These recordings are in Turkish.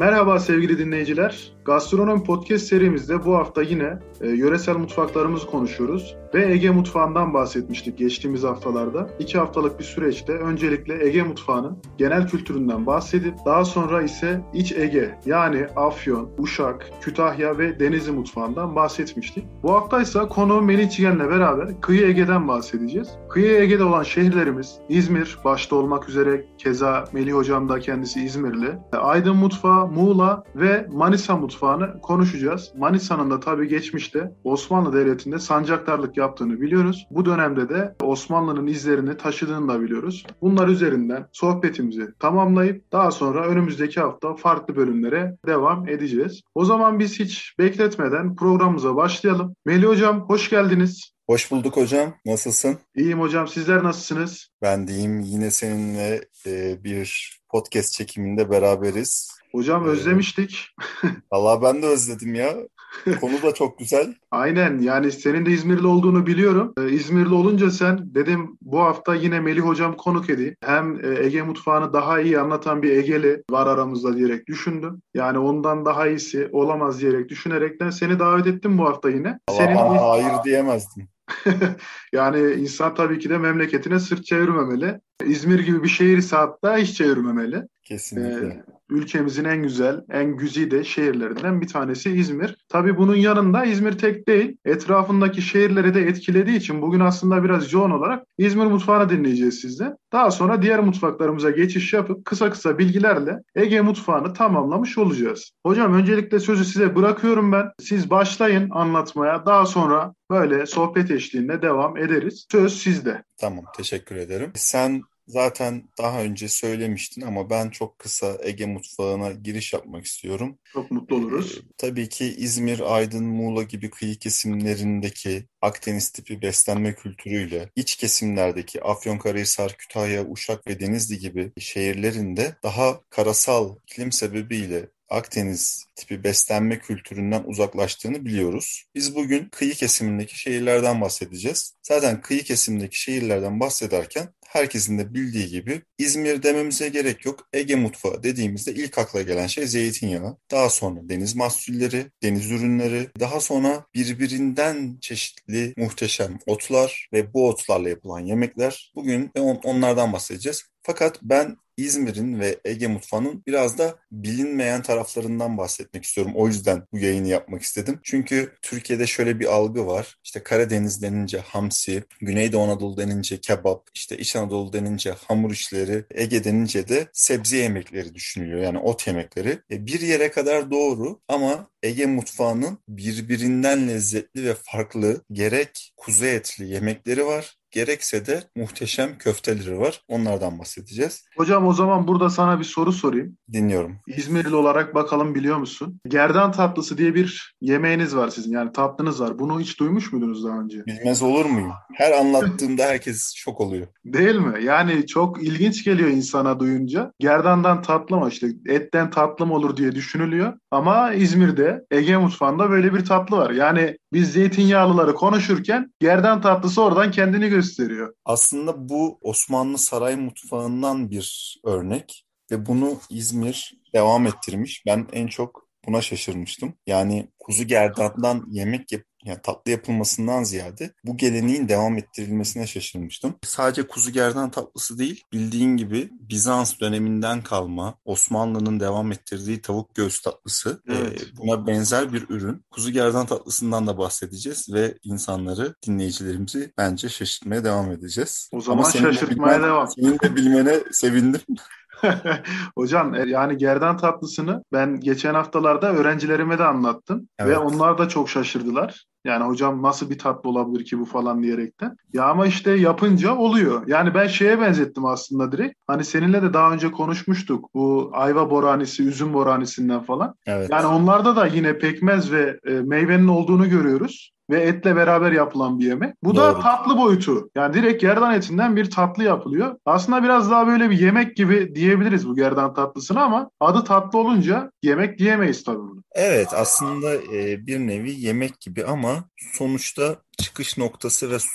Merhaba sevgili dinleyiciler. Gastronomi Podcast serimizde bu hafta yine yöresel mutfaklarımızı konuşuyoruz. Ve Ege mutfağından bahsetmiştik geçtiğimiz haftalarda. 2 haftalık bir süreçte öncelikle Ege mutfağının genel kültüründen bahsedip daha sonra ise İç Ege yani Afyon, Uşak, Kütahya ve Denizli mutfağından bahsetmiştik. Bu hafta ise konu Melih Çigen'le beraber Kıyı Ege'den bahsedeceğiz. Kıyı Ege'de olan şehirlerimiz İzmir başta olmak üzere, keza Melih Hocam da kendisi İzmirli. Aydın mutfağı, Muğla ve Manisa mutfağını konuşacağız. Manisa'nın da tabii geçmişte Osmanlı Devleti'nde sancaktarlık yaptığını biliyoruz. Bu dönemde de Osmanlı'nın izlerini taşıdığını da biliyoruz. Bunlar üzerinden sohbetimizi tamamlayıp daha sonra önümüzdeki hafta farklı bölümlere devam edeceğiz. O zaman biz hiç bekletmeden programımıza başlayalım. Melih Hocam hoş geldiniz. Hoş bulduk hocam. Nasılsın? İyiyim hocam. Sizler nasılsınız? Ben de iyiyim. Yine seninle bir podcast çekiminde beraberiz. Hocam E, özlemiştik. Vallahi ben de özledim ya. Konu da çok güzel. Aynen, yani senin de İzmirli olduğunu biliyorum. İzmirli olunca sen dedim bu hafta yine Melih Hocam konuk edeyim. Hem Ege mutfağını daha iyi anlatan bir Egeli var aramızda diyerek düşündüm. Yani ondan daha iyisi olamaz diyerek düşünerekten seni davet ettim bu hafta yine. Vallahi Senin ben hayır diyemezdim. yani insan tabii ki de memleketine sırt çevirmemeli. İzmir gibi bir şehir ise hatta hiç çevirmemeli. Kesinlikle. Ülkemizin en güzel, en güzide şehirlerinden bir tanesi İzmir. Tabii bunun yanında İzmir tek değil, etrafındaki şehirleri de etkilediği için bugün aslında biraz yoğun olarak İzmir mutfağını dinleyeceğiz sizden. Daha sonra diğer mutfaklarımıza geçiş yapıp kısa kısa bilgilerle Ege mutfağını tamamlamış olacağız. Hocam öncelikle sözü size bırakıyorum ben. Siz başlayın anlatmaya, daha sonra böyle sohbet eşliğinde devam ederiz. Söz sizde. Tamam, teşekkür ederim. Sen zaten daha önce söylemiştin ama ben çok kısa Ege mutfağına giriş yapmak istiyorum. Çok mutlu oluruz. Tabii ki İzmir, Aydın, Muğla gibi kıyı kesimlerindeki Akdeniz tipi beslenme kültürüyle iç kesimlerdeki Afyonkarahisar, Kütahya, Uşak ve Denizli gibi şehirlerinde daha karasal iklim sebebiyle Akdeniz tipi beslenme kültüründen uzaklaştığını biliyoruz. Biz bugün kıyı kesimindeki şehirlerden bahsedeceğiz. Zaten kıyı kesimindeki şehirlerden bahsederken herkesin de bildiği gibi İzmir dememize gerek yok. Ege mutfağı dediğimizde ilk akla gelen şey zeytinyağı. Daha sonra deniz mahsulleri, deniz ürünleri, daha sonra birbirinden çeşitli muhteşem otlar ve bu otlarla yapılan yemekler. Bugün onlardan bahsedeceğiz. Fakat ben İzmir'in ve Ege mutfağının biraz da bilinmeyen taraflarından bahsetmek istiyorum. O yüzden bu yayını yapmak istedim. Çünkü Türkiye'de şöyle bir algı var. İşte Karadeniz denince hamsi, Güneydoğu Anadolu denince kebap, işte İç Anadolu denince hamur işleri, Ege denince de sebze yemekleri düşünülüyor. Yani ot yemekleri. Bir yere kadar doğru ama Ege mutfağının birbirinden lezzetli ve farklı gerek kuzu etli yemekleri var, gerekse de muhteşem köfteleri var. Onlardan bahsedeceğiz. Hocam o zaman burada sana bir soru sorayım. Dinliyorum. İzmirli olarak bakalım biliyor musun? Gerdan tatlısı diye bir yemeğiniz var sizin. Yani tatlınız var. Bunu hiç duymuş muydunuz daha önce? Bilmez olur muyum? Her anlattığımda herkes şok oluyor. Değil mi? Yani çok ilginç geliyor insana duyunca. Gerdandan tatlı mı işte etten tatlı mı olur diye düşünülüyor. Ama İzmir'de Ege mutfağında böyle bir tatlı var. Yani biz zeytinyağlıları konuşurken gerdan tatlısı oradan kendini gösteriyor. Aslında bu Osmanlı saray mutfağından bir örnek ve bunu İzmir devam ettirmiş. Ben en çok buna şaşırmıştım. Yani kuzu gerdandan yani tatlı yapılmasından ziyade bu geleneğin devam ettirilmesine şaşırmıştım. Sadece kuzu gerdan tatlısı değil, bildiğin gibi Bizans döneminden kalma Osmanlı'nın devam ettirdiği tavuk göğüs tatlısı. Evet. Buna benzer bir ürün. Kuzu gerdan tatlısından da bahsedeceğiz ve insanları, dinleyicilerimizi bence şaşırtmaya devam edeceğiz. O Ama zaman şaşırtmaya devam. senin de bilmene sevindim. Hocam yani gerdan tatlısını ben geçen haftalarda öğrencilerime de anlattım ve Evet. onlar da çok şaşırdılar. Yani hocam nasıl bir tatlı olabilir ki bu falan diyerekten. Ya ama işte yapınca oluyor. Yani ben şeye benzettim aslında direkt. Hani seninle de daha önce konuşmuştuk bu ayva boranisi, üzüm boranisinden falan. Yani Evet. onlarda da yine pekmez ve meyvenin olduğunu görüyoruz. Ve etle beraber yapılan bir yemek. Bu da Doğru. tatlı boyutu. Yani direkt gerdan etinden bir tatlı yapılıyor. Aslında biraz daha böyle bir yemek gibi diyebiliriz bu gerdan tatlısına ama adı tatlı olunca yemek diyemeyiz tabii bunu. Evet, aslında bir nevi yemek gibi ama sonuçta çıkış noktası ve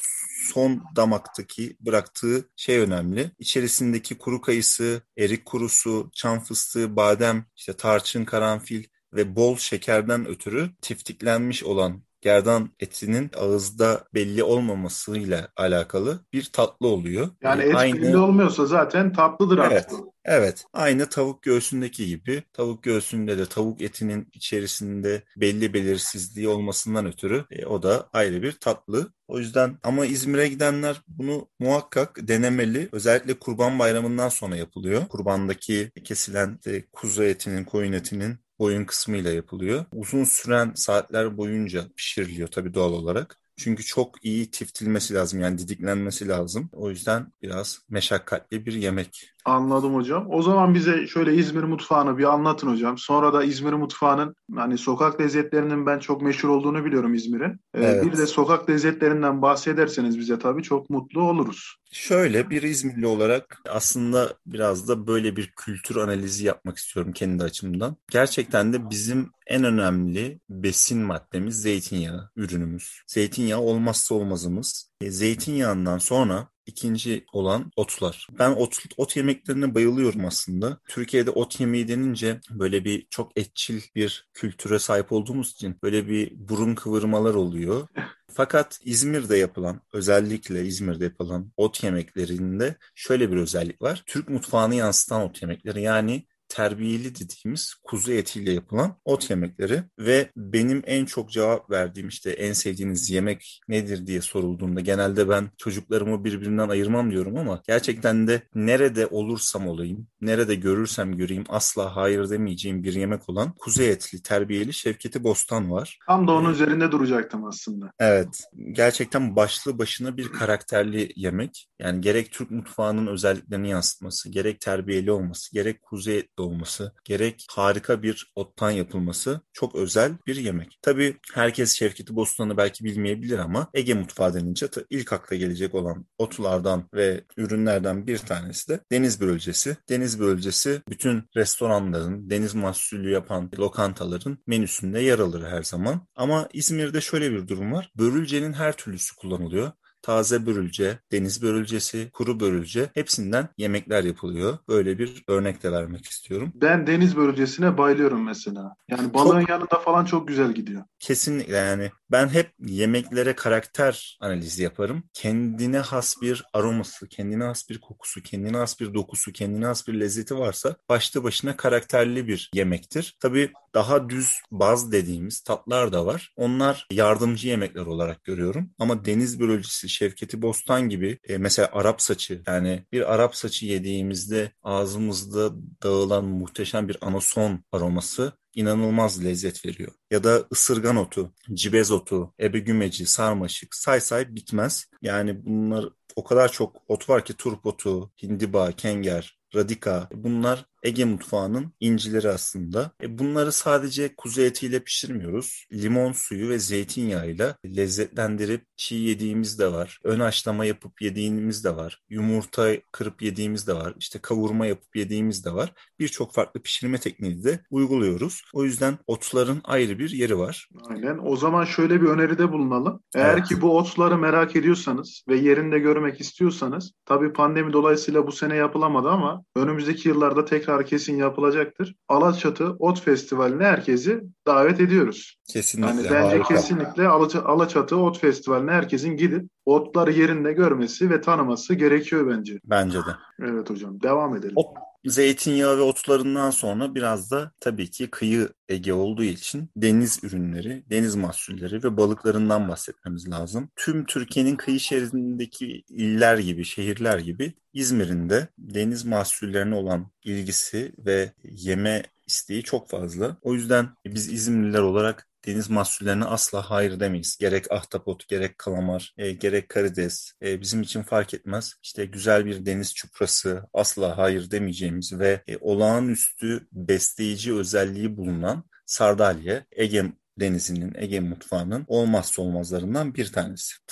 son damaktaki bıraktığı şey önemli. İçerisindeki kuru kayısı, erik kurusu, çam fıstığı, badem, işte tarçın, karanfil ve bol şekerden ötürü tiftiklenmiş olan gerdan etinin ağızda belli olmamasıyla alakalı bir tatlı oluyor. Yani et belli Aynı olmuyorsa zaten tatlıdır artık Evet. o. Evet. Aynı tavuk göğsündeki gibi. Tavuk göğsünde de tavuk etinin içerisinde belli belirsizliği olmasından ötürü o da ayrı bir tatlı. O yüzden ama İzmir'e gidenler bunu muhakkak denemeli. Özellikle Kurban Bayramı'ndan sonra yapılıyor. Kurbandaki kesilen kuzu etinin, koyun etinin boyun kısmıyla yapılıyor. Uzun süren saatler boyunca pişiriliyor tabii doğal olarak. Çünkü çok iyi tiftilmesi lazım yani didiklenmesi lazım. O yüzden biraz meşakkatli bir yemek. Anladım hocam. O zaman bize şöyle İzmir mutfağını bir anlatın hocam. Sonra da İzmir mutfağının hani sokak lezzetlerinin ben çok meşhur olduğunu biliyorum İzmir'in. Bir de Evet. sokak lezzetlerinden bahsederseniz bize tabii çok mutlu oluruz. Şöyle bir İzmirli olarak aslında biraz da böyle bir kültür analizi yapmak istiyorum kendi açımdan. Gerçekten de bizim en önemli besin maddemiz zeytinyağı ürünümüz. Zeytinyağı olmazsa olmazımız. Zeytinyağından sonra ikinci olan otlar. Ben ot yemeklerine bayılıyorum aslında. Türkiye'de ot yemeği denince böyle bir çok etçil bir kültüre sahip olduğumuz için böyle bir burun kıvırmalar oluyor. Fakat İzmir'de yapılan, özellikle İzmir'de yapılan ot yemeklerinde şöyle bir özellik var. Türk mutfağını yansıtan ot yemekleri yani terbiyeli dediğimiz kuzu etiyle yapılan ot yemekleri ve benim en çok cevap verdiğim işte en sevdiğiniz yemek nedir diye sorulduğunda genelde ben çocuklarımı birbirinden ayırmam diyorum ama gerçekten de nerede olursam olayım, nerede görürsem göreyim asla hayır demeyeceğim bir yemek olan kuzu etli terbiyeli Şevketi Bostan var. Tam da onun Ee, üzerinde duracaktım aslında. Evet, gerçekten başlı başına bir karakterli yemek. Yani gerek Türk mutfağının özelliklerini yansıtması, gerek terbiyeli olması, gerek kuzu etli olması, gerek harika bir ottan yapılması çok özel bir yemek. Tabii herkes Şevketi Bostan'ı belki bilmeyebilir ama Ege mutfağı denince ilk akla gelecek olan otlardan ve ürünlerden bir tanesi de deniz börülcesi. Deniz börülcesi bütün restoranların, deniz mahsulü yapan lokantaların menüsünde yer alır her zaman. Ama İzmir'de şöyle bir durum var. Börülcenin her türlüsü kullanılıyor. Taze börülce, deniz börülcesi, kuru börülce hepsinden yemekler yapılıyor. Böyle bir örnek de vermek istiyorum. Ben deniz bölgesine bayılıyorum mesela. Yani balığın Çok yanında falan çok güzel gidiyor. Kesinlikle yani ben hep yemeklere karakter analizi yaparım. Kendine has bir aroması, kendine has bir kokusu, kendine has bir dokusu, kendine has bir lezzeti varsa başlı başına karakterli bir yemektir. Tabii daha düz baz dediğimiz tatlar da var. Onlar yardımcı yemekler olarak görüyorum. Ama deniz börülcesi, Şevketi Bostan gibi mesela Arap saçı yani bir Arap saçı yediğimizde ağzımızda dağılan muhteşem bir anason aroması inanılmaz lezzet veriyor. Ya da ısırgan otu, cibez otu, ebegümeci, sarmaşık say say bitmez. Yani bunlar o kadar çok ot var ki turp otu, hindiba, kenger, radika bunlar Ege mutfağının incileri aslında. Bunları sadece kuzu etiyle pişirmiyoruz. Limon suyu ve zeytinyağıyla lezzetlendirip çiğ yediğimiz de var. Ön haşlama yapıp yediğimiz de var. Yumurta kırıp yediğimiz de var. İşte kavurma yapıp yediğimiz de var. Birçok farklı pişirme tekniği de uyguluyoruz. O yüzden otların ayrı bir yeri var. Aynen. O zaman şöyle bir öneride bulunalım. Eğer Evet, ki bu otları merak ediyorsanız ve yerinde görmek istiyorsanız, tabii pandemi dolayısıyla bu sene yapılamadı ama önümüzdeki yıllarda tekrar kesin yapılacaktır. Alaçatı Ot Festivali'ne herkesi davet ediyoruz. Yani kesinlikle bence harika. kesinlikle Alaçatı Ot Festivali'ne herkesin gidip otları yerinde görmesi ve tanıması gerekiyor bence. Bence de. Evet hocam, devam edelim. Ot, zeytinyağı ve otlarından sonra biraz da tabii ki kıyı Ege olduğu için deniz ürünleri, deniz mahsulleri ve balıklarından bahsetmemiz lazım. Tüm Türkiye'nin kıyı şeridindeki iller gibi, şehirler gibi İzmir'in de deniz mahsullerine olan ilgisi ve yeme isteği çok fazla. O yüzden biz İzmirliler olarak deniz mahsullerine asla hayır demeyiz. Gerek ahtapot, gerek kalamar, gerek karides bizim için fark etmez. İşte güzel bir deniz çuprası asla hayır demeyeceğimiz ve olağanüstü besleyici özelliği bulunan sardalya Ege denizinin, Ege mutfağının olmazsa olmazlarından bir tanesi. Fakat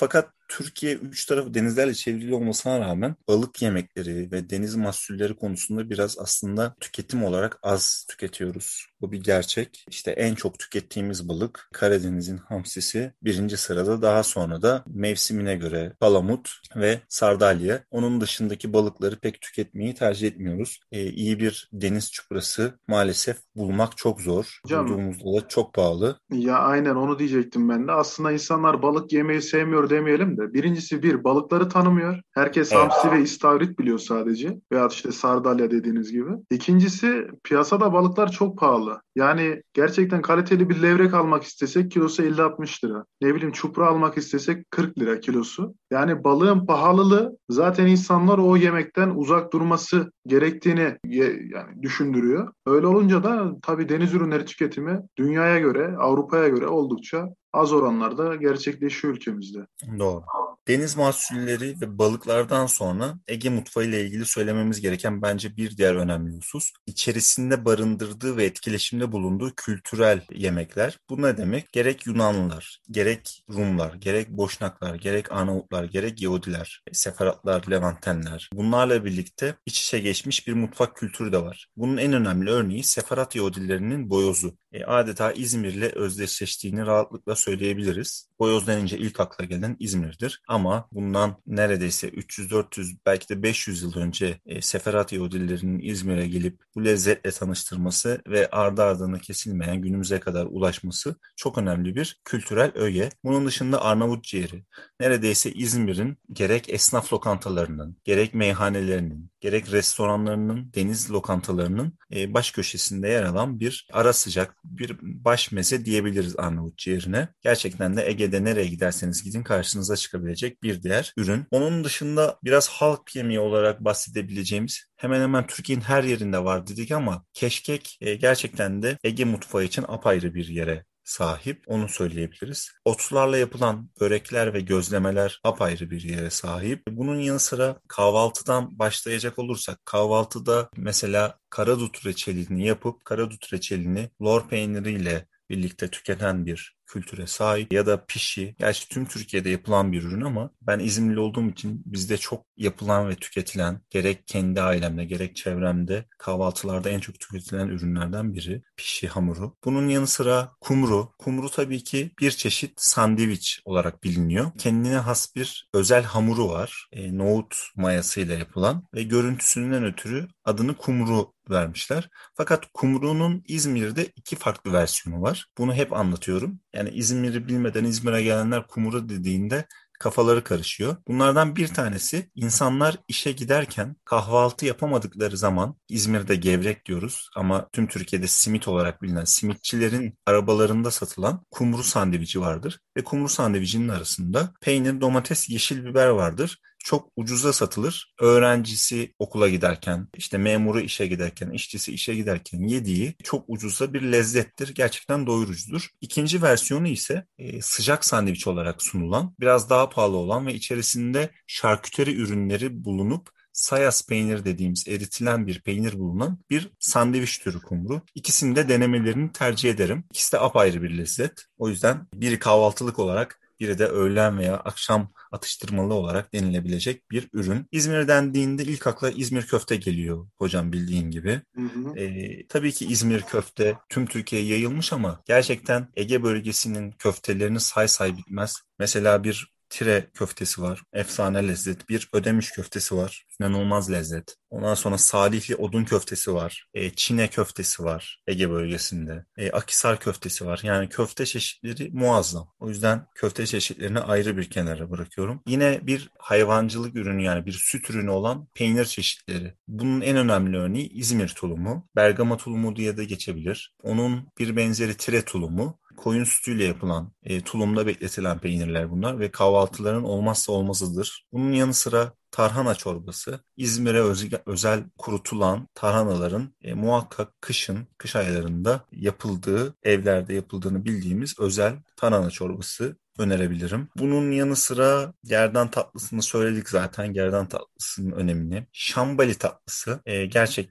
Türkiye üç tarafı denizlerle çevrili olmasına rağmen balık yemekleri ve deniz mahsulleri konusunda biraz aslında tüketim olarak az tüketiyoruz. Bu bir gerçek. İşte en çok tükettiğimiz balık Karadeniz'in hamsisi birinci sırada. Daha sonra da mevsimine göre palamut ve sardalya. Onun dışındaki balıkları pek tüketmeyi tercih etmiyoruz. İyi bir deniz çuprası maalesef bulmak çok zor. Hocam, Bulduğumuzda da çok pahalı. ya aynen onu diyecektim ben de. Aslında insanlar balık yemeyi sevmiyor demeyelim de. Birincisi bir, balıkları tanımıyor. Herkes Evet. hamsi ve istavrit biliyor sadece. Veya işte sardalya dediğiniz gibi. İkincisi, piyasada balıklar çok pahalı. Yani gerçekten kaliteli bir levrek almak istesek kilosu 50-60 lira. Ne bileyim, çupra almak istesek 40 lira kilosu. Yani balığın pahalılığı zaten insanlar o yemekten uzak durması gerektiğini yani düşündürüyor. Öyle olunca da tabii deniz ürünleri tüketimi dünyaya göre, Avrupa'ya göre oldukça az oranlarda gerçekleşiyor ülkemizde. Doğru. Deniz mahsulleri ve balıklardan sonra Ege mutfağı ile ilgili söylememiz gereken bence bir diğer önemli husus, içerisinde barındırdığı ve etkileşimde bulunduğu kültürel yemekler. Bu ne demek? Gerek Yunanlılar, gerek Rumlar, gerek Boşnaklar, gerek Arnavutlar, gerek Yahudiler, Seferatlar, Levantenler. Bunlarla birlikte iç içe geçmiş bir mutfak kültürü de var. Bunun en önemli örneği Seferat Yahudilerinin boyozu. Adeta İzmir'le özdeşleştiğini rahatlıkla söyleyebiliriz. Boyoz denince ilk akla gelen İzmir'dir. Ama bundan neredeyse 300-400 belki de 500 yıl önce Seferat Yahudilerinin İzmir'e gelip bu lezzetle tanıştırması ve ardı ardına kesilmeyen günümüze kadar ulaşması çok önemli bir kültürel öge. Bunun dışında Arnavut ciğeri. Neredeyse İzmir'in gerek esnaf lokantalarının, gerek meyhanelerinin, gerek restoranlarının, deniz lokantalarının baş köşesinde yer alan bir ara sıcak, bir baş meze diyebiliriz Arnavut ciğerine. Gerçekten de Ege'de nereye giderseniz gidin karşınıza çıkabilecek bir diğer ürün. Onun dışında biraz halk yemeği olarak bahsedebileceğimiz, hemen hemen Türkiye'nin her yerinde var dedik ama keşkek gerçekten de Ege mutfağı için apayrı bir yere sahip. Onu söyleyebiliriz. Otlarla yapılan börekler ve gözlemeler apayrı bir yere sahip. Bunun yanı sıra kahvaltıdan başlayacak olursak, kahvaltıda mesela karadut reçelini yapıp karadut reçelini lor peyniriyle birlikte tüketen bir kültüre sahip, ya da pişi. Gerçi tüm Türkiye'de yapılan bir ürün ama ben İzmirli olduğum için bizde çok yapılan ve tüketilen, gerek kendi ailemde gerek çevremde kahvaltılarda en çok tüketilen ürünlerden biri pişi hamuru. Bunun yanı sıra kumru. Kumru tabii ki bir çeşit sandviç olarak biliniyor. Kendine has bir özel hamuru var. Nohut mayasıyla yapılan ve görüntüsünden ötürü adını kumru vermişler. Fakat kumrunun İzmir'de iki farklı versiyonu var. Bunu hep anlatıyorum. Yani İzmir'i bilmeden İzmir'e gelenler kumru dediğinde kafaları karışıyor. Bunlardan bir tanesi, insanlar işe giderken kahvaltı yapamadıkları zaman, İzmir'de gevrek diyoruz ama tüm Türkiye'de simit olarak bilinen simitçilerin arabalarında satılan kumru sandviçi vardır. Ve kumru sandviçinin arasında peynir, domates, yeşil biber vardır. Çok ucuza satılır. Öğrencisi okula giderken, işte memuru işe giderken, işçisi işe giderken yediği çok ucuza bir lezzettir. Gerçekten doyurucudur. İkinci versiyonu ise sıcak sandviç olarak sunulan, biraz daha pahalı olan ve içerisinde şarküteri ürünleri bulunup sayas peynir dediğimiz eritilen bir peynir bulunan bir sandviç türü kumru. İkisini de denemelerini tercih ederim. İkisi de apayrı bir lezzet. O yüzden biri kahvaltılık olarak, biri de öğlen veya akşam atıştırmalı olarak denilebilecek bir ürün. İzmir dendiğinde ilk akla İzmir köfte geliyor hocam, bildiğin gibi. Hı hı. Tabii ki İzmir köfte tüm Türkiye'ye yayılmış ama gerçekten Ege bölgesinin köftelerini say say bitmez. Mesela bir tire köftesi var. Efsane lezzet. Bir Ödemiş köftesi var. İnanılmaz lezzet. Ondan sonra Salihli odun köftesi var. Çine köftesi var Ege bölgesinde. Akhisar köftesi var. Yani köfte çeşitleri muazzam. O yüzden köfte çeşitlerini ayrı bir kenara bırakıyorum. Yine bir hayvancılık ürünü, yani bir süt ürünü olan peynir çeşitleri. Bunun en önemli örneği İzmir tulumu. Bergama tulumu diye de geçebilir. Onun bir benzeri tire tulumu. Koyun sütüyle yapılan, tulumda bekletilen peynirler bunlar ve kahvaltıların olmazsa olmazıdır. Bunun yanı sıra tarhana çorbası, İzmir'e özel kurutulan tarhanaların muhakkak kışın, kış aylarında yapıldığı, evlerde yapıldığını bildiğimiz özel tarhana çorbası önerebilirim. Bunun yanı sıra gerdan tatlısını söyledik zaten, gerdan tatlısının önemini. Şambali tatlısı gerçekten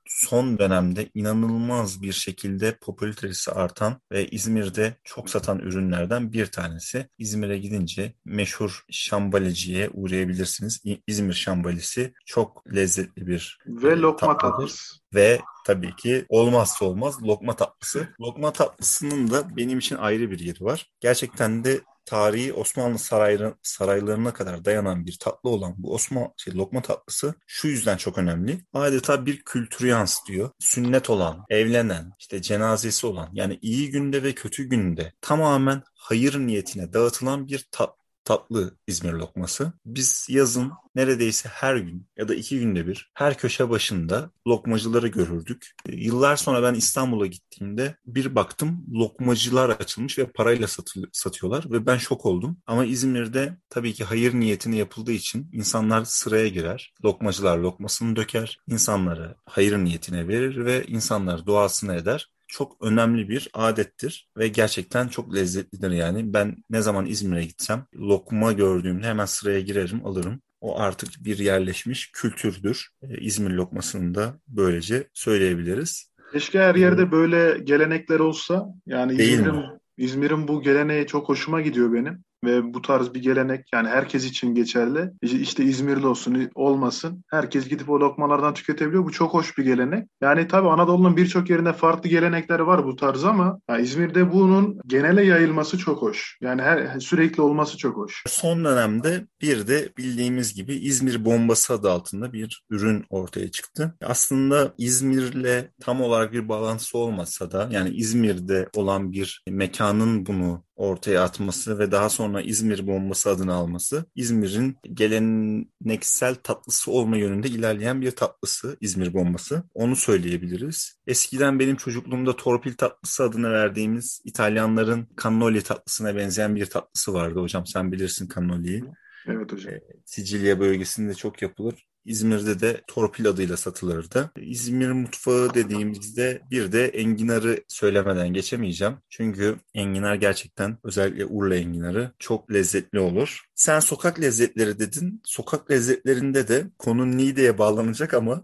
son dönemde inanılmaz bir şekilde popülaritesi artan ve İzmir'de çok satan ürünlerden bir tanesi. İzmir'e gidince meşhur şambaleciye uğrayabilirsiniz. İzmir şambalisi çok lezzetli bir Ve lokma tatlıdır. tatlısı. Ve tabii ki olmazsa olmaz lokma tatlısı. Lokma tatlısının da benim için ayrı bir yeri var. Gerçekten de tarihi Osmanlı saraylarına kadar dayanan bir tatlı olan bu lokma tatlısı şu yüzden çok önemli. Adeta bir kültürü yansıtıyor. Sünnet olan, evlenen, işte cenazesi olan, yani iyi günde ve kötü günde tamamen hayır niyetine dağıtılan bir tatlı İzmir lokması. Biz yazın neredeyse her gün ya da 2 günde bir her köşe başında lokmacıları görürdük. Yıllar sonra ben İstanbul'a gittiğimde bir baktım lokmacılar açılmış ve parayla satıyorlar ve ben şok oldum. Ama İzmir'de tabii ki hayır niyetine yapıldığı için insanlar sıraya girer. Lokmacılar lokmasını döker, insanlara hayır niyetine verir ve insanlar duasını eder. Çok önemli bir adettir ve gerçekten çok lezzetlidir yani. Ben ne zaman İzmir'e gitsem lokma gördüğümde hemen sıraya girerim, alırım. O artık bir yerleşmiş kültürdür. İzmir lokmasını da böylece söyleyebiliriz. Keşke her E, yerde böyle gelenekler olsa. Yani Değil mi? İzmir'in bu geleneği çok hoşuma gidiyor benim. Ve bu tarz bir gelenek yani herkes için geçerli. İşte İzmirli olsun olmasın. Herkes gidip o lokmalardan tüketebiliyor. Bu çok hoş bir gelenek. Yani tabii Anadolu'nun birçok yerinde farklı gelenekler var bu tarz ama ya İzmir'de bunun genele yayılması çok hoş. Yani sürekli olması çok hoş. Son dönemde bir de bildiğimiz gibi İzmir bombası adı altında bir ürün ortaya çıktı. Aslında İzmir'le tam olarak bir bağlantısı olmasa da yani İzmir'de olan bir mekanın bunu ortaya atması ve daha sonra İzmir bombası adını alması İzmir'in geleneksel tatlısı olma yönünde ilerleyen bir tatlısı İzmir bombası. Onu söyleyebiliriz. Eskiden benim çocukluğumda torpil tatlısı adını verdiğimiz İtalyanların cannoli tatlısına benzeyen bir tatlısı vardı hocam. Sen bilirsin cannoli'yi. Evet hocam. Sicilya bölgesinde çok yapılır. İzmir'de de torpil adıyla satılırdı. İzmir mutfağı dediğimizde bir de enginarı söylemeden geçemeyeceğim. Çünkü enginar gerçekten özellikle Urla enginarı çok lezzetli olur. Sen sokak lezzetleri dedin. Sokak lezzetlerinde de konu Niğde'ye bağlanacak ama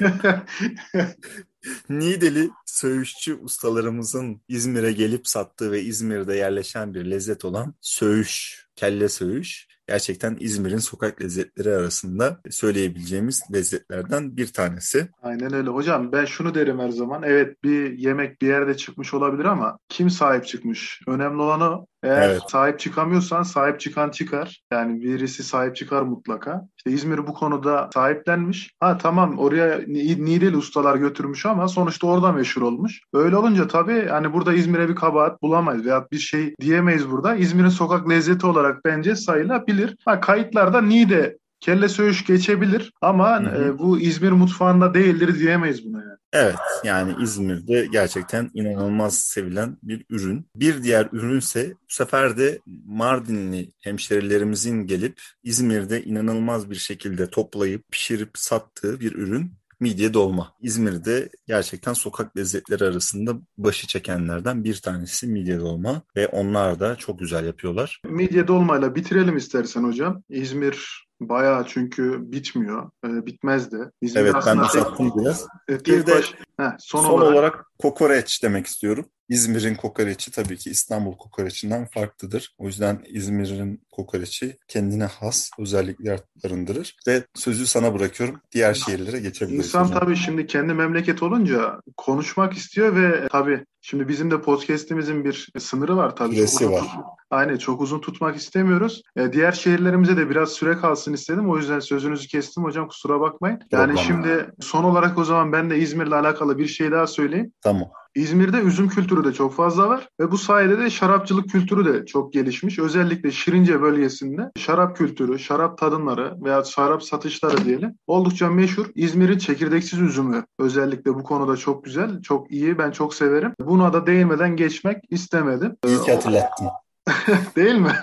Niğdeli söğüşçü ustalarımızın İzmir'e gelip sattığı ve İzmir'de yerleşen bir lezzet olan söğüş, kelle söğüş gerçekten İzmir'in sokak lezzetleri arasında söyleyebileceğimiz lezzetlerden bir tanesi. Aynen öyle. Hocam ben şunu derim her zaman. Evet bir yemek bir yerde çıkmış olabilir ama kim sahip çıkmış? Önemli olan o. Eğer Evet. sahip çıkamıyorsan sahip çıkan çıkar. Yani birisi sahip çıkar mutlaka. İşte İzmir bu konuda sahiplenmiş. Ha tamam oraya Niğdeli ustalar götürmüş ama sonuçta orada meşhur olmuş. Öyle olunca tabii hani burada İzmir'e bir kabahat bulamayız veya bir şey diyemeyiz burada. İzmir'in sokak lezzeti olarak bence sayılabilir. Ha kayıtlarda Niğde kelle söğüş geçebilir ama Hı hı. bu İzmir mutfağında değildir diyemeyiz buna yani. Evet, yani İzmir'de gerçekten inanılmaz sevilen bir ürün. Bir diğer ürünse bu sefer de Mardinli hemşerilerimizin gelip İzmir'de inanılmaz bir şekilde toplayıp pişirip sattığı bir ürün. Midye dolma. İzmir'de gerçekten sokak lezzetleri arasında başı çekenlerden bir tanesi midye dolma ve onlar da çok güzel yapıyorlar. Midye dolmayla bitirelim istersen hocam. İzmir bayağı çünkü bitmiyor. Bitmez de. İzmir Evet, ben aslında uzattım biraz. Bir tek de son son olarak olarak kokoreç demek istiyorum. İzmir'in kokoreçi tabii ki İstanbul kokoreçinden farklıdır. O yüzden İzmir'in kokoreçi kendine has özellikler barındırır. Ve sözü sana bırakıyorum. Diğer şehirlere geçebiliriz İnsan hocam. tabii şimdi kendi memleket olunca konuşmak istiyor ve tabii şimdi bizim de podcast'imizin bir sınırı var tabii çok Süresi uzun var. Aynen çok uzun tutmak istemiyoruz. Diğer şehirlerimize de biraz süre kalsın istedim. O yüzden sözünüzü kestim hocam kusura bakmayın. Yani Problem. şimdi son olarak o zaman ben de İzmir'le alakalı bir şey daha söyleyeyim. Tamam. İzmir'de üzüm kültürü de çok fazla var ve bu sayede de şarapçılık kültürü de çok gelişmiş. Özellikle Şirince bölgesinde şarap kültürü, şarap tadımları veya şarap satışları diyelim oldukça meşhur. İzmir'in çekirdeksiz üzümü özellikle bu konuda çok güzel, çok iyi. Ben çok severim. Buna da değinmeden geçmek istemedim. İyi ki hatırlattın. Değil mi?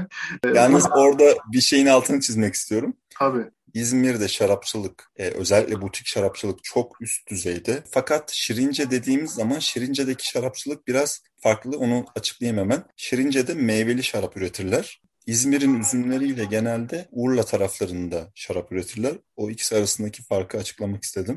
Bu Yalnız orada bir şeyin altını çizmek istiyorum. tabii. İzmir'de şarapçılık, özellikle butik şarapçılık çok üst düzeyde. Fakat Şirince dediğimiz zaman Şirince'deki şarapçılık biraz farklı. Onu açıklayayım hemen. Şirince'de meyveli şarap üretirler. İzmir'in üzümleriyle genelde Urla taraflarında şarap üretirler. O ikisi arasındaki farkı açıklamak istedim.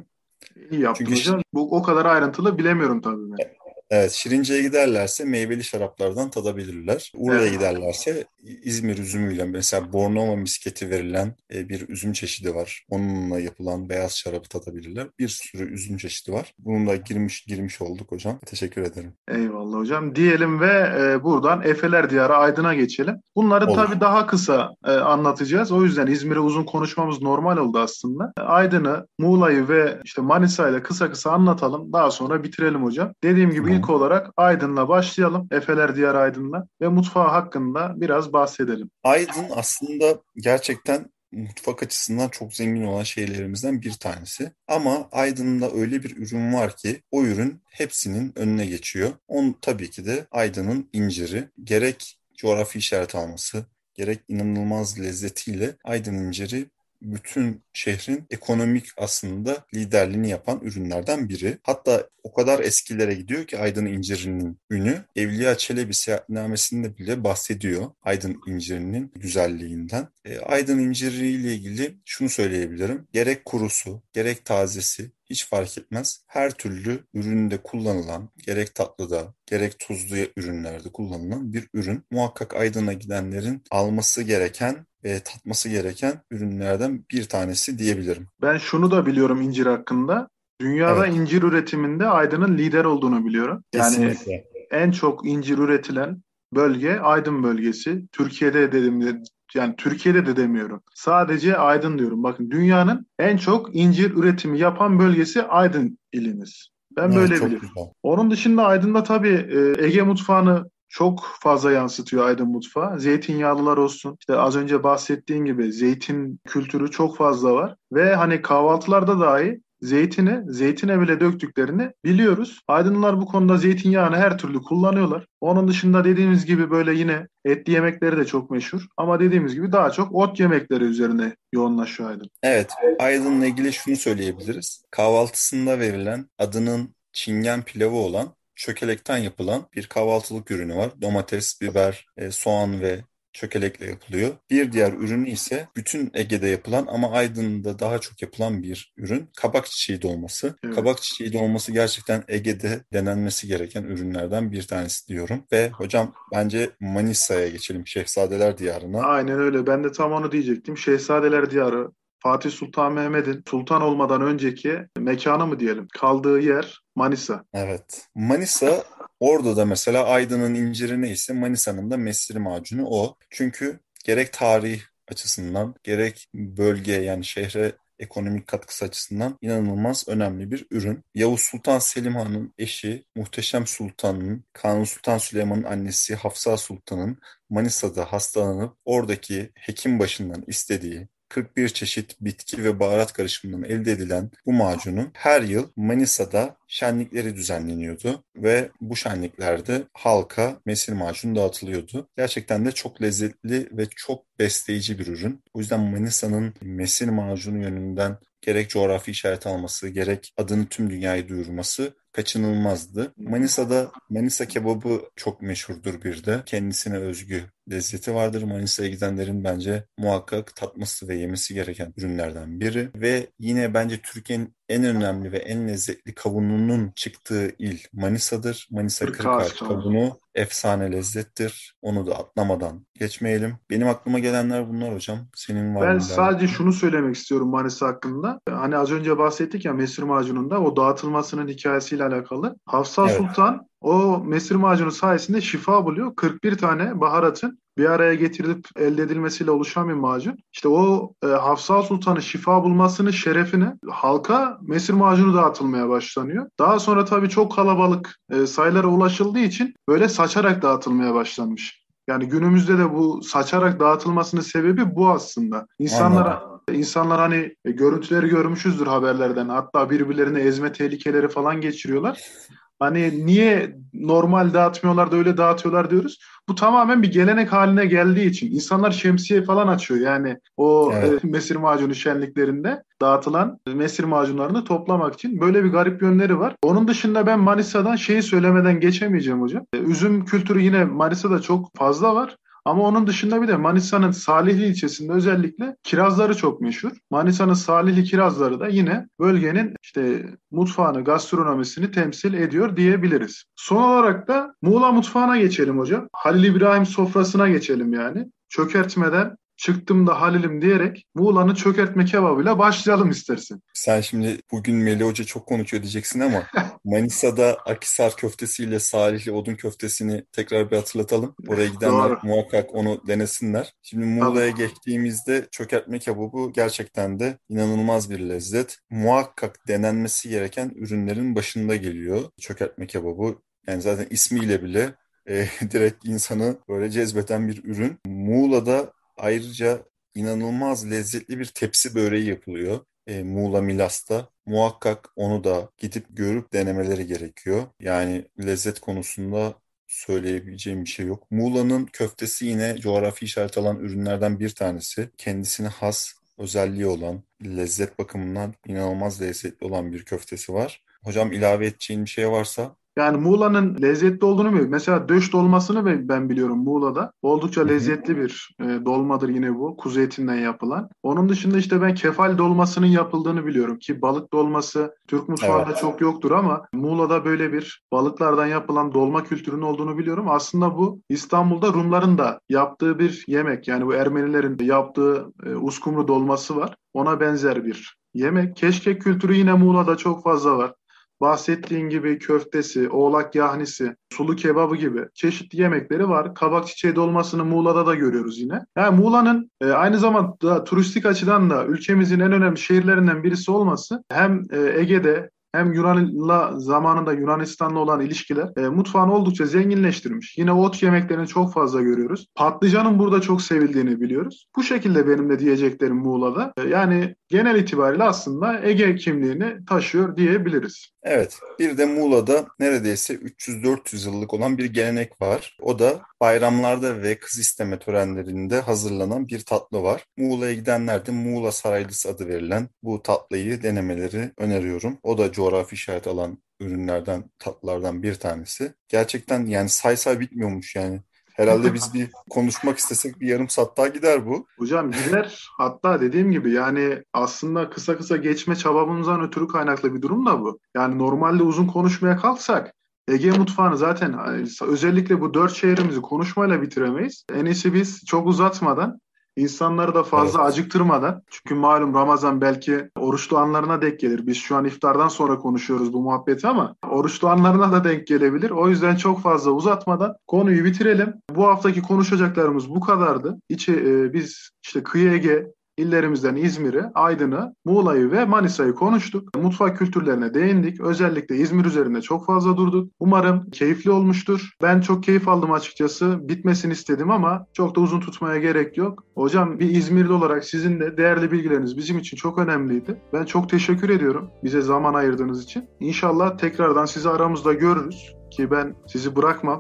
İyi yaptın Çünkü hocam. Bu o kadar ayrıntılı bilemiyorum tabii ben. evet, Şirince'ye giderlerse meyveli şaraplardan tadabilirler. Urla'ya Evet. giderlerse İzmir üzümüyle mesela Bornova misketi verilen bir üzüm çeşidi var. Onunla yapılan beyaz şarabı tadabilirler. Bir sürü üzüm çeşidi var. Bununla girmiş olduk hocam. Teşekkür ederim. Eyvallah hocam. Diyelim ve buradan Efeler Diyarı Aydın'a geçelim. Bunları Olur. tabii daha kısa anlatacağız. O yüzden İzmir'e uzun konuşmamız normal oldu aslında. Aydın'ı, Muğla'yı ve işte Manisa'yı kısa kısa anlatalım. Daha sonra bitirelim hocam. Dediğim gibi ilk Tamam. olarak Aydın'la başlayalım. Efeler Diyarı Aydın'la ve mutfağı hakkında biraz bahsedelim. Aydın aslında gerçekten mutfak açısından çok zengin olan şehirlerimizden bir tanesi. Ama Aydın'da öyle bir ürün var ki o ürün hepsinin önüne geçiyor. Tabii ki de Aydın'ın inciri. Gerek coğrafi işaret alması, gerek inanılmaz lezzetiyle Aydın inciri bütün şehrin ekonomik aslında liderliğini yapan ürünlerden biri. Hatta o kadar eskilere gidiyor ki Aydın incirinin ünü Evliya Çelebi seyahatnamesinde bile bahsediyor Aydın incirinin güzelliğinden. Aydın inciriyle ilgili şunu söyleyebilirim. Gerek kurusu, gerek tazesi hiç fark etmez. Her türlü üründe kullanılan, gerek tatlıda, gerek tuzlu ürünlerde kullanılan bir ürün. Muhakkak Aydın'a gidenlerin alması gereken ve tatması gereken ürünlerden bir tanesi diyebilirim. Ben şunu da biliyorum incir hakkında. Dünyada Evet, incir üretiminde Aydın'ın lider olduğunu biliyorum. Yani kesinlikle. en çok incir üretilen bölge Aydın bölgesi. Türkiye'de dedim, yani Türkiye'de de demiyorum. Sadece Aydın diyorum. Bakın dünyanın en çok incir üretimi yapan bölgesi Aydın ilimiz. Ben Evet, böyle çok bilirim. güzel. Onun dışında Aydın'da tabii Ege mutfağını çok fazla yansıtıyor Aydın mutfağı. Zeytinyağlılar olsun. İşte az önce bahsettiğin gibi zeytin kültürü çok fazla var. Ve hani kahvaltılarda dahi zeytine bile döktüklerini biliyoruz. Aydınlılar bu konuda zeytinyağını her türlü kullanıyorlar. Onun dışında dediğimiz gibi böyle yine etli yemekleri de çok meşhur. Ama dediğimiz gibi daha çok ot yemekleri üzerine yoğunlaşıyor Aydın. Evet, Aydın'la ilgili şunu söyleyebiliriz. Kahvaltısında verilen adının çingen pilavı olan çökelekten yapılan bir kahvaltılık ürünü var. Domates, biber, soğan ve çökelekle yapılıyor. Bir diğer ürünü ise bütün Ege'de yapılan ama Aydın'da daha çok yapılan bir ürün. Kabak çiçeği dolması. Evet. Kabak çiçeği dolması gerçekten Ege'de denenmesi gereken ürünlerden bir tanesi diyorum. Ve hocam bence Manisa'ya geçelim, Şehzadeler Diyarı'na. Aynen öyle. Ben de tam onu diyecektim. Şehzadeler Diyarı, Fatih Sultan Mehmet'in sultan olmadan önceki mekanı mı diyelim? Kaldığı yer Manisa. Evet. Manisa orada da mesela Aydın'ın inciri neyse Manisa'nın da mesir macunu o. Çünkü gerek tarih açısından gerek bölge yani şehre ekonomik katkısı açısından inanılmaz önemli bir ürün. Yavuz Sultan Selim Han'ın eşi Muhteşem Sultan'ın, Kanuni Sultan Süleyman'ın annesi Hafsa Sultan'ın Manisa'da hastalanıp oradaki hekim başından istediği 41 çeşit bitki ve baharat karışımından elde edilen bu macunun her yıl Manisa'da şenlikleri düzenleniyordu ve bu şenliklerde halka mesir macunu dağıtılıyordu. Gerçekten de çok lezzetli ve çok besleyici bir ürün. O yüzden Manisa'nın mesir macunu yönünden gerek coğrafi işaret alması, gerek adını tüm dünyaya duyurması kaçınılmazdı. Manisa'da Manisa kebabı çok meşhurdur bir de. Kendisine özgü lezzeti vardır. Manisa'ya gidenlerin bence muhakkak tatması ve yemesi gereken ürünlerden biri. Ve yine bence Türkiye'nin en önemli ve en lezzetli kavununun çıktığı il Manisa'dır. Manisa Kırkağaç Kırkağaç kavunu. kavunu efsane lezzettir. Onu da atlamadan geçmeyelim. Benim aklıma gelenler bunlar hocam. Senin var Ben mı ilave sadece ettiğin? şunu söylemek istiyorum Manisa hakkında. Hani az önce bahsettik ya mesir macununda o dağıtılmasının hikayesiyle alakalı. Hafsa Evet. Sultan o mesir macunu sayesinde şifa buluyor. 41 tane baharatın bir araya getirilip elde edilmesiyle oluşan bir macun. İşte o Hafsa Sultan'ın şifa bulmasının şerefine halka mesir macunu dağıtılmaya başlanıyor. Daha sonra tabii çok kalabalık sayılara ulaşıldığı için böyle saçarak dağıtılmaya başlanmış. Yani günümüzde de bu saçarak dağıtılmasının sebebi bu aslında. Anladım. İnsanlar hani görüntüleri görmüşüzdür haberlerden. Hatta birbirlerine ezme tehlikeleri falan geçiriyorlar. Hani niye normal dağıtmıyorlar da öyle dağıtıyorlar diyoruz. Bu tamamen bir gelenek haline geldiği için. İnsanlar şemsiye falan açıyor. Yani o Evet. mesir macunu şenliklerinde dağıtılan mesir macunlarını toplamak için böyle bir garip yönleri var. Onun dışında ben Manisa'dan şeyi söylemeden geçemeyeceğim hocam. Üzüm kültürü yine Manisa'da çok fazla var. Ama onun dışında bir de Manisa'nın Salihli ilçesinde özellikle kirazları çok meşhur. Manisa'nın Salihli kirazları da yine bölgenin işte mutfağını, gastronomisini temsil ediyor diyebiliriz. Son olarak da Muğla mutfağına geçelim hocam. Halil İbrahim sofrasına geçelim yani. Çökertmeden çıktım da Halil'im diyerek Muğla'nın çökertme kebabıyla başlayalım istersin. Sen şimdi bugün Melih Hoca çok konuşuyor diyeceksin ama Manisa'da Akhisar köftesiyle Salihli odun köftesini tekrar bir hatırlatalım. Oraya gidenler Doğru. muhakkak onu denesinler. Şimdi Tabii. Muğla'ya geçtiğimizde çökertme kebabı gerçekten de inanılmaz bir lezzet. Muhakkak denenmesi gereken ürünlerin başında geliyor çökertme kebabı. Yani zaten ismiyle bile direkt insanı böyle cezbeden bir ürün. Muğla'da ayrıca inanılmaz lezzetli bir tepsi böreği yapılıyor. Muğla Milas'ta. Muhakkak onu da gidip görüp denemeleri gerekiyor. Yani lezzet konusunda söyleyebileceğim bir şey yok. Muğla'nın köftesi yine coğrafi işaret alan ürünlerden bir tanesi. Kendisine has özelliği olan, lezzet bakımından inanılmaz lezzetli olan bir köftesi var. Hocam ilave edeceğin bir şey varsa? Yani Muğla'nın lezzetli olduğunu biliyorum. Mesela döş dolmasını ben biliyorum Muğla'da. Oldukça Hı hı. lezzetli bir dolmadır yine bu. Kuzu etinden yapılan. Onun dışında işte ben kefal dolmasının yapıldığını biliyorum ki balık dolması Türk mutfağında Evet. çok yoktur ama Muğla'da böyle bir balıklardan yapılan dolma kültürünün olduğunu biliyorum. Aslında bu İstanbul'da Rumların da yaptığı bir yemek. Yani bu Ermenilerin yaptığı uskumru dolması var. Ona benzer bir yemek. Keşkek kültürü yine Muğla'da çok fazla var. Bahsettiğin gibi köftesi, oğlak yahnisi, sulu kebabı gibi çeşitli yemekleri var. Kabak çiçeği dolmasını Muğla'da da görüyoruz yine. Yani Muğla'nın aynı zamanda turistik açıdan da ülkemizin en önemli şehirlerinden birisi olması hem Ege'de hem Yunan'la zamanında Yunanistan'la olan ilişkiler mutfağını oldukça zenginleştirmiş. Yine ot yemeklerini çok fazla görüyoruz. Patlıcanın burada çok sevildiğini biliyoruz. Bu şekilde benim de diyeceklerim Muğla'da. Yani genel itibariyle aslında Ege kimliğini taşıyor diyebiliriz. Evet, bir de Muğla'da neredeyse 300-400 yıllık olan bir gelenek var. O da bayramlarda ve kız isteme törenlerinde hazırlanan bir tatlı var. Muğla'ya gidenler de Muğla Saraylısı adı verilen bu tatlıyı denemeleri öneriyorum. O da coğrafi işaret alan ürünlerden, tatlılardan bir tanesi. Gerçekten yani say bitmiyormuş yani. Herhalde biz bir konuşmak istesek bir yarım saat daha gider bu. Hocam gider. Hatta dediğim gibi yani aslında kısa kısa geçme çabamızdan ötürü kaynaklı bir durum da bu. Yani normalde uzun konuşmaya kalksak Ege mutfağını zaten özellikle bu dört şehrimizi konuşmayla bitiremeyiz. En iyisi biz çok uzatmadan insanları da fazla Evet. acıktırmadan çünkü malum Ramazan belki oruçlu anlarına denk gelir. Biz şu an iftardan sonra konuşuyoruz bu muhabbeti ama oruçlu anlarına da denk gelebilir. O yüzden çok fazla uzatmadan konuyu bitirelim. Bu haftaki konuşacaklarımız bu kadardı. Biz işte kıyı Ege illerimizden İzmir'i, Aydın'ı, Muğla'yı ve Manisa'yı konuştuk. Mutfak kültürlerine değindik. Özellikle İzmir üzerinde çok fazla durduk. Umarım keyifli olmuştur. Ben çok keyif aldım açıkçası. Bitmesini istedim ama çok da uzun tutmaya gerek yok. Hocam bir İzmirli olarak sizin de değerli bilgileriniz bizim için çok önemliydi. Ben çok teşekkür ediyorum bize zaman ayırdığınız için. İnşallah tekrardan sizi aramızda görürüz ki ben sizi bırakmam.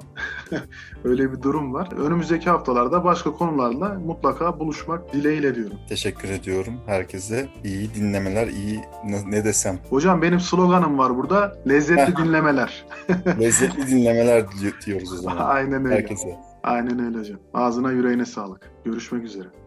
Öyle bir durum var. Önümüzdeki haftalarda başka konularla mutlaka buluşmak dileğiyle diyorum. Teşekkür ediyorum herkese. İyi dinlemeler, iyi ne desem. Hocam benim sloganım var burada. Lezzetli Heh, dinlemeler. lezzetli dinlemeler diyoruz o zaman Aynen öyle. herkese. Aynen öyle hocam. Ağzına yüreğine sağlık. Görüşmek üzere.